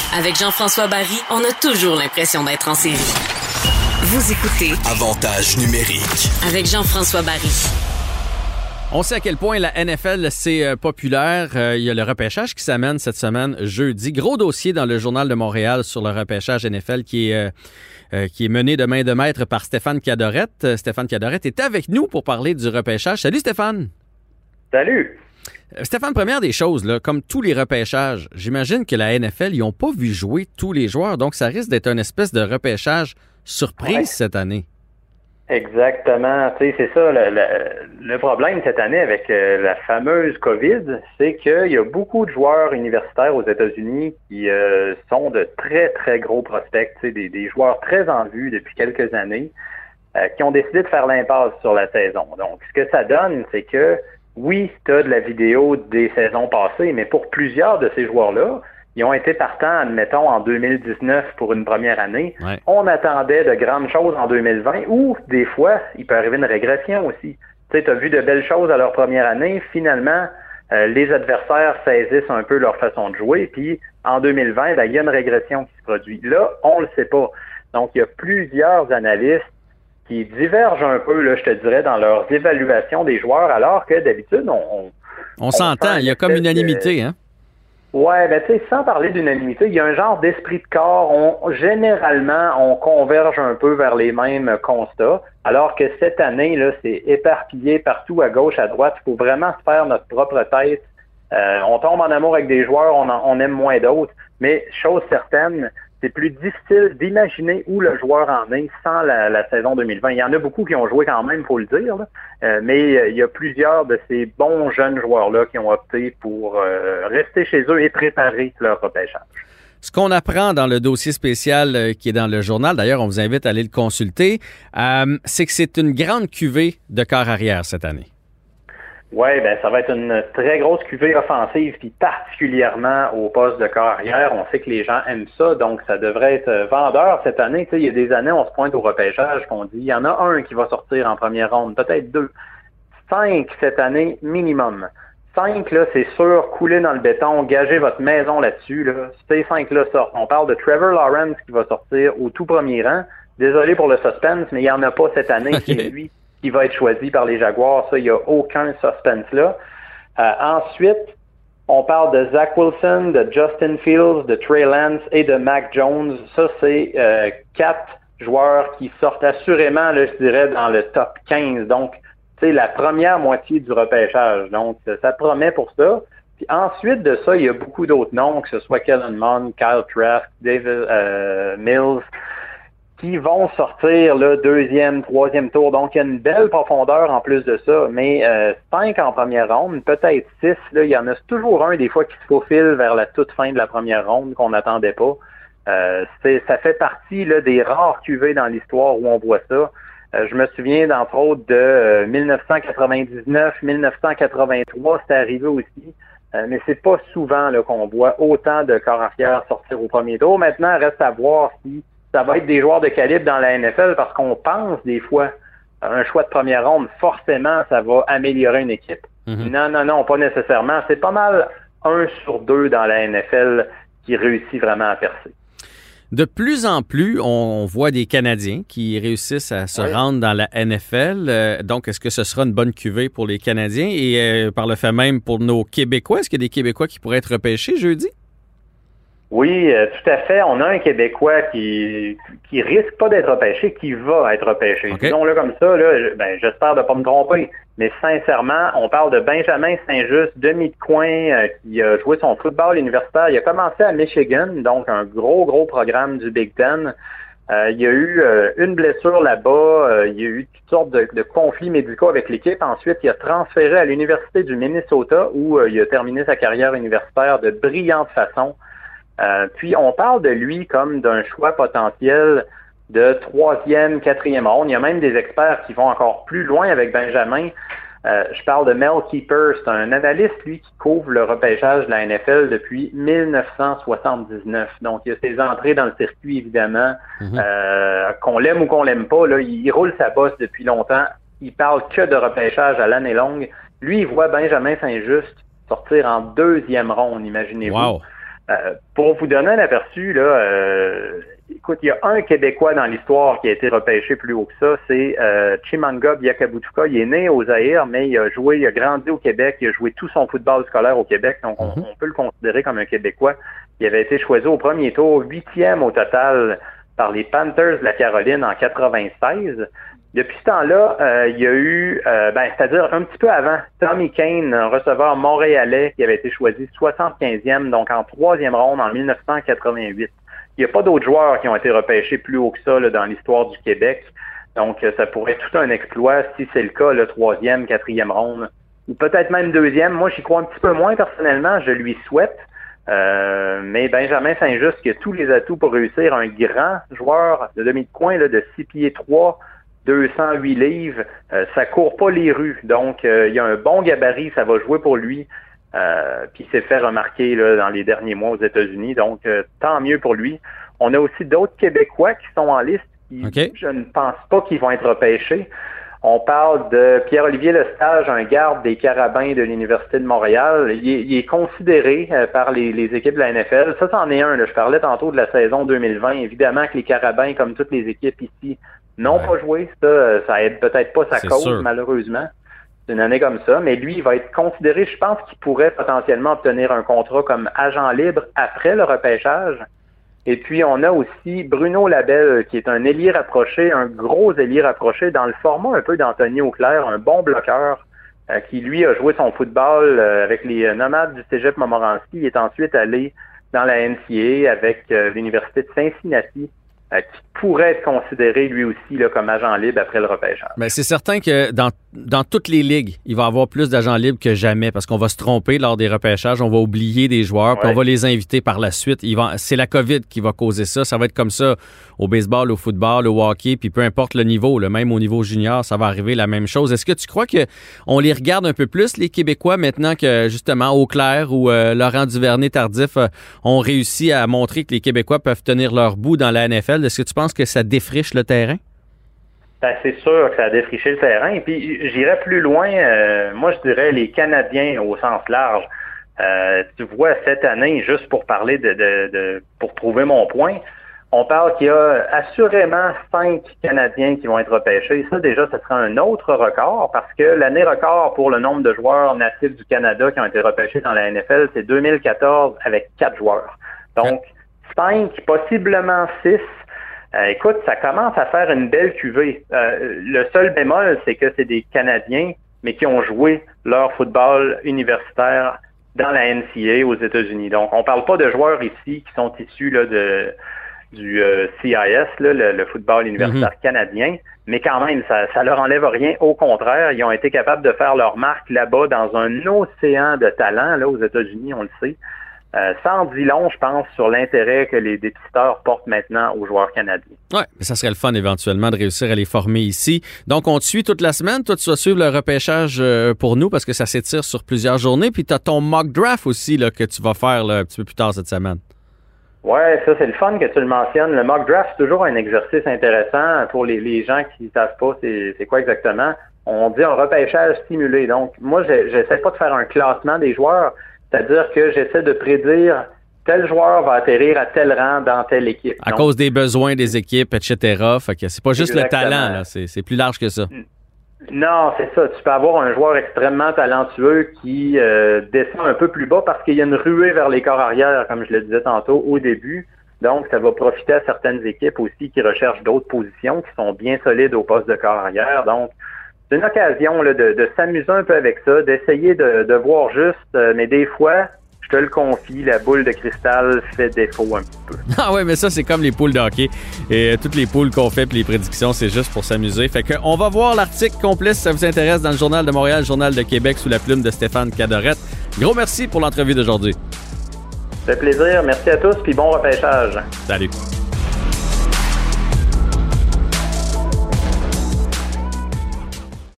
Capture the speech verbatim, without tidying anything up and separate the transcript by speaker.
Speaker 1: Avec Jean-François Barry, on a toujours l'impression d'être en série. Vous écoutez
Speaker 2: Avantage numérique
Speaker 1: avec Jean-François Barry.
Speaker 3: On sait à quel point la N F L, c'est euh, populaire. Euh, il y a le repêchage qui s'amène cette semaine, jeudi. Gros dossier dans le Journal de Montréal sur le repêchage N F L qui est, euh, euh, qui est mené de main de maître par Stéphane Cadorette. Euh, Stéphane Cadorette est avec nous pour parler du repêchage. Salut Stéphane!
Speaker 4: Salut!
Speaker 3: Euh, Stéphane, première des choses, là, comme tous les repêchages, j'imagine que la N F L, ils n'ont pas vu jouer tous les joueurs, donc ça risque d'être une espèce de repêchage surprise ouais. cette année.
Speaker 4: Exactement. Tu sais, c'est ça, le, le, le problème cette année avec euh, la fameuse COVID, c'est qu'il y a beaucoup de joueurs universitaires aux États-Unis qui euh, sont de très, très gros prospects, tu sais, des, des joueurs très en vue depuis quelques années, euh, qui ont décidé de faire l'impasse sur la saison. Donc, ce que ça donne, c'est que, oui, tu as de la vidéo des saisons passées, mais pour plusieurs de ces joueurs-là, ils ont été partants, admettons, en deux mille dix-neuf pour une première année. Ouais. On attendait de grandes choses en deux mille vingt ou, des fois, il peut arriver une régression aussi. Tu sais, tu as vu de belles choses à leur première année. Finalement, euh, les adversaires saisissent un peu leur façon de jouer. Puis, en deux mille vingt, ben, il y a une régression qui se produit. Là, on le sait pas. Donc, il y a plusieurs analystes qui divergent un peu, là, je te dirais, dans leurs évaluations des joueurs, alors que d'habitude, on... On,
Speaker 3: on, on s'entend, il y a comme unanimité, hein?
Speaker 4: Ouais, ben tu sais, sans parler d'unanimité, il y a un genre d'esprit de corps. On, généralement, on converge un peu vers les mêmes constats, alors que cette année, là, c'est éparpillé partout à gauche, à droite. Il faut vraiment se faire notre propre tête. Euh, on tombe en amour avec des joueurs, on, en, on aime moins d'autres. Mais chose certaine, c'est plus difficile d'imaginer où le joueur en est sans la, la saison deux mille vingt. Il y en a beaucoup qui ont joué quand même, faut le dire, là. Euh, mais euh, il y a plusieurs de ces bons jeunes joueurs-là qui ont opté pour euh, rester chez eux et préparer leur repêchage.
Speaker 3: Ce qu'on apprend dans le dossier spécial euh, qui est dans le journal, d'ailleurs, on vous invite à aller le consulter, euh, c'est que c'est une grande cuvée de corps arrière cette année.
Speaker 4: Oui, ben ça va être une très grosse cuvée offensive, puis particulièrement au poste de corps arrière. On sait que les gens aiment ça, donc ça devrait être vendeur cette année. Tu sais, il y a des années, on se pointe au repêchage, qu'on dit, il y en a un qui va sortir en première ronde, peut-être deux. Cinq cette année minimum. Cinq, là, c'est sûr, couler dans le béton, gagez votre maison là-dessus, là. Ces cinq-là sortent. On parle de Trevor Lawrence qui va sortir au tout premier rang. Désolé pour le suspense, mais il n'y en a pas cette année, okay. C'est lui qui va être choisi par les Jaguars. Ça, il n'y a aucun suspense là. Euh, ensuite, on parle de Zach Wilson, de Justin Fields, de Trey Lance et de Mac Jones. Ça, c'est euh, quatre joueurs qui sortent assurément, là, je dirais, dans le top quinze. Donc, c'est la première moitié du repêchage. Donc, ça promet pour ça. Puis ensuite de ça, il y a beaucoup d'autres noms, que ce soit Kellen Mond, Kyle Trask, David euh, Mills, qui vont sortir le deuxième, troisième tour. Donc, il y a une belle profondeur en plus de ça, mais euh, cinq en première ronde, peut-être six. Là, il y en a toujours un des fois qui se faufile vers la toute fin de la première ronde qu'on n'attendait pas. Euh, c'est, ça fait partie là, des rares cuvées dans l'histoire où on voit ça. Euh, je me souviens, d'entre autres, de euh, dix-neuf cent quatre-vingt-dix-neuf, dix-neuf cent quatre-vingt-trois, c'était arrivé aussi. Euh, mais c'est pas souvent là, qu'on voit autant de corps arrière sortir au premier tour. Maintenant, reste à voir si ça va être des joueurs de calibre dans la N F L parce qu'on pense des fois un choix de première ronde, forcément, ça va améliorer une équipe. Mm-hmm. Non, non, non, pas nécessairement. C'est pas mal un sur deux dans la N F L qui réussit vraiment à percer.
Speaker 3: De plus en plus, on voit des Canadiens qui réussissent à se oui. rendre dans la N F L. Euh, donc, est-ce que ce sera une bonne cuvée pour les Canadiens et euh, par le fait même pour nos Québécois? Est-ce qu'il y a des Québécois qui pourraient être repêchés jeudi?
Speaker 4: Oui, euh, tout à fait. On a un Québécois qui qui risque pas d'être repêché, qui va être repêché. Okay. Disons-le comme ça, là, ben, j'espère de pas me tromper. Mais sincèrement, on parle de Benjamin Saint-Just, demi de coin, euh, qui a joué son football universitaire. Il a commencé à Michigan, donc un gros, gros programme du Big Ten. Euh, il y a eu euh, une blessure là-bas. Euh, il y a eu toutes sortes de, de conflits médicaux avec l'équipe. Ensuite, il a transféré à l'Université du Minnesota, où euh, il a terminé sa carrière universitaire de brillante façon. Euh, puis, on parle de lui comme d'un choix potentiel de troisième, quatrième ronde. Il y a même des experts qui vont encore plus loin avec Benjamin. Euh, je parle de Mel Keeper. C'est un analyste, lui, qui couvre le repêchage de la N F L depuis dix-neuf cent soixante-dix-neuf. Donc, il y a ses entrées dans le circuit, évidemment. Mm-hmm. Euh, qu'on l'aime ou qu'on l'aime pas, là, il roule sa bosse depuis longtemps. Il parle que de repêchage à l'année longue. Lui, il voit Benjamin Saint-Just sortir en deuxième ronde, imaginez-vous.
Speaker 3: Wow.
Speaker 4: Euh, pour vous donner un aperçu, là, euh, écoute, il y a un Québécois dans l'histoire qui a été repêché plus haut que ça, c'est euh, Chimanga Biakabutuka. Il est né au Zaïre, mais il a joué, il a grandi au Québec, il a joué tout son football scolaire au Québec, donc on, on peut le considérer comme un Québécois. Il avait été choisi au premier tour, huitième au total par les Panthers de la Caroline en quatre-vingt-seize. Depuis ce temps-là, euh, il y a eu, euh, ben, c'est-à-dire un petit peu avant, Tommy Kane, un receveur montréalais qui avait été choisi soixante-quinzième, donc en troisième ronde en dix-neuf cent quatre-vingt-huit. Il n'y a pas d'autres joueurs qui ont été repêchés plus haut que ça là, dans l'histoire du Québec. Donc, ça pourrait être tout un exploit si c'est le cas, le troisième, quatrième ronde, ou peut-être même deuxième. Moi, j'y crois un petit peu moins personnellement, je lui souhaite. Euh, mais Benjamin Saint-Just qui a tous les atouts pour réussir, un grand joueur de demi de coin là, de six pieds trois, deux cent huit livres, euh, ça court pas les rues. Donc, euh, il y a un bon gabarit, ça va jouer pour lui. Euh, puis il s'est fait remarquer là, dans les derniers mois aux États-Unis. Donc, euh, tant mieux pour lui. On a aussi d'autres Québécois qui sont en liste qui, okay. Je ne pense pas qu'ils vont être repêchés. On parle de Pierre-Olivier Lestage, un garde des Carabins de l'Université de Montréal. Il est, il est considéré euh, par les, les équipes de la N F L. Ça, c'en est un. Là. Je parlais tantôt de la saison deux mille vingt. Évidemment que les Carabins, comme toutes les équipes ici, n'ont ouais. pas joué. Ça, ça aide peut-être pas sa C'est cause, sûr. Malheureusement. C'est une année comme ça. Mais lui, il va être considéré, je pense qu'il pourrait potentiellement obtenir un contrat comme agent libre après le repêchage. Et puis, on a aussi Bruno Labelle, qui est un ailier rapproché, un gros ailier rapproché, dans le format un peu d'Anthony Auclair, un bon bloqueur, euh, qui, lui, a joué son football euh, avec les nomades du Cégep Montmorency. Il est ensuite allé dans la N C A A avec euh, l'Université de Cincinnati, euh, qui pourrait être considéré, lui aussi, là, comme agent libre après le repêchage.
Speaker 3: Mais c'est certain que dans, dans toutes les ligues, il va y avoir plus d'agents libres que jamais parce qu'on va se tromper lors des repêchages, on va oublier des joueurs, ouais. puis on va les inviter par la suite. Il va, c'est la COVID qui va causer ça. Ça va être comme ça au baseball, au football, au hockey, puis peu importe le niveau, là, même au niveau junior, ça va arriver la même chose. Est-ce que tu crois qu'on les regarde un peu plus, les Québécois, maintenant que, justement, Auclair ou euh, Laurent Duvernay-Tardif euh, ont réussi à montrer que les Québécois peuvent tenir leur bout dans la N F L? Est-ce que tu penses que ça défriche le terrain?
Speaker 4: Ben, c'est sûr que ça a défriché le terrain. Et puis, j'irais plus loin. Euh, moi, je dirais les Canadiens au sens large. Euh, tu vois, cette année, juste pour parler de, de, de pour prouver mon point, on parle qu'il y a assurément cinq Canadiens qui vont être repêchés. Ça, déjà, ce sera un autre record parce que l'année record pour le nombre de joueurs natifs du Canada qui ont été repêchés dans la N F L, c'est deux mille quatorze avec quatre joueurs. Donc, cinq, possiblement six. Euh, écoute, ça commence à faire une belle cuvée. Euh, le seul bémol, c'est que c'est des Canadiens, mais qui ont joué leur football universitaire dans la N C A A aux États-Unis. Donc, on parle pas de joueurs ici qui sont issus là, de du euh, C I S, là, le, le football universitaire mm-hmm. canadien, mais quand même, ça, ça leur enlève rien. Au contraire, ils ont été capables de faire leur marque là-bas dans un océan de talent, là, aux États-Unis, on le sait. Euh, ça en dit long, je pense, sur l'intérêt que les dépisteurs portent maintenant aux joueurs canadiens.
Speaker 3: Oui, mais ça serait le fun éventuellement de réussir à les former ici. Donc, on te suit toute la semaine. Toi, tu vas suivre le repêchage pour nous parce que ça s'étire sur plusieurs journées. Puis, tu as ton mock draft aussi là, que tu vas faire là, un petit peu plus tard cette semaine.
Speaker 4: Oui, ça, c'est le fun que tu le mentionnes. Le mock draft, c'est toujours un exercice intéressant pour les, les gens qui ne savent pas c'est, c'est quoi exactement. On dit un repêchage simulé. Donc, moi, j'essaie pas de faire un classement des joueurs. C'est-à-dire que j'essaie de prédire tel joueur va atterrir à tel rang dans telle équipe.
Speaker 3: À Donc, cause des besoins des équipes, et cetera. Fait que c'est pas juste exactement. Le talent, là. C'est, c'est plus large que ça.
Speaker 4: Non, c'est ça. Tu peux avoir un joueur extrêmement talentueux qui euh, descend un peu plus bas parce qu'il y a une ruée vers les corps arrière, comme je le disais tantôt au début. Donc, ça va profiter à certaines équipes aussi qui recherchent d'autres positions, qui sont bien solides au poste de corps arrière. Donc, c'est une occasion là, de, de s'amuser un peu avec ça, d'essayer de, de voir juste, euh, mais des fois, je te le confie, la boule de cristal fait défaut un petit peu.
Speaker 3: Ah ouais, mais ça, c'est comme les poules de hockey. Et euh, toutes les poules qu'on fait puis les prédictions, c'est juste pour s'amuser. Fait que on va voir l'article complet si ça vous intéresse dans le Journal de Montréal, le Journal de Québec sous la plume de Stéphane Cadorette. Gros merci pour l'entrevue d'aujourd'hui.
Speaker 4: Ça fait plaisir. Merci à tous puis bon repêchage.
Speaker 3: Salut.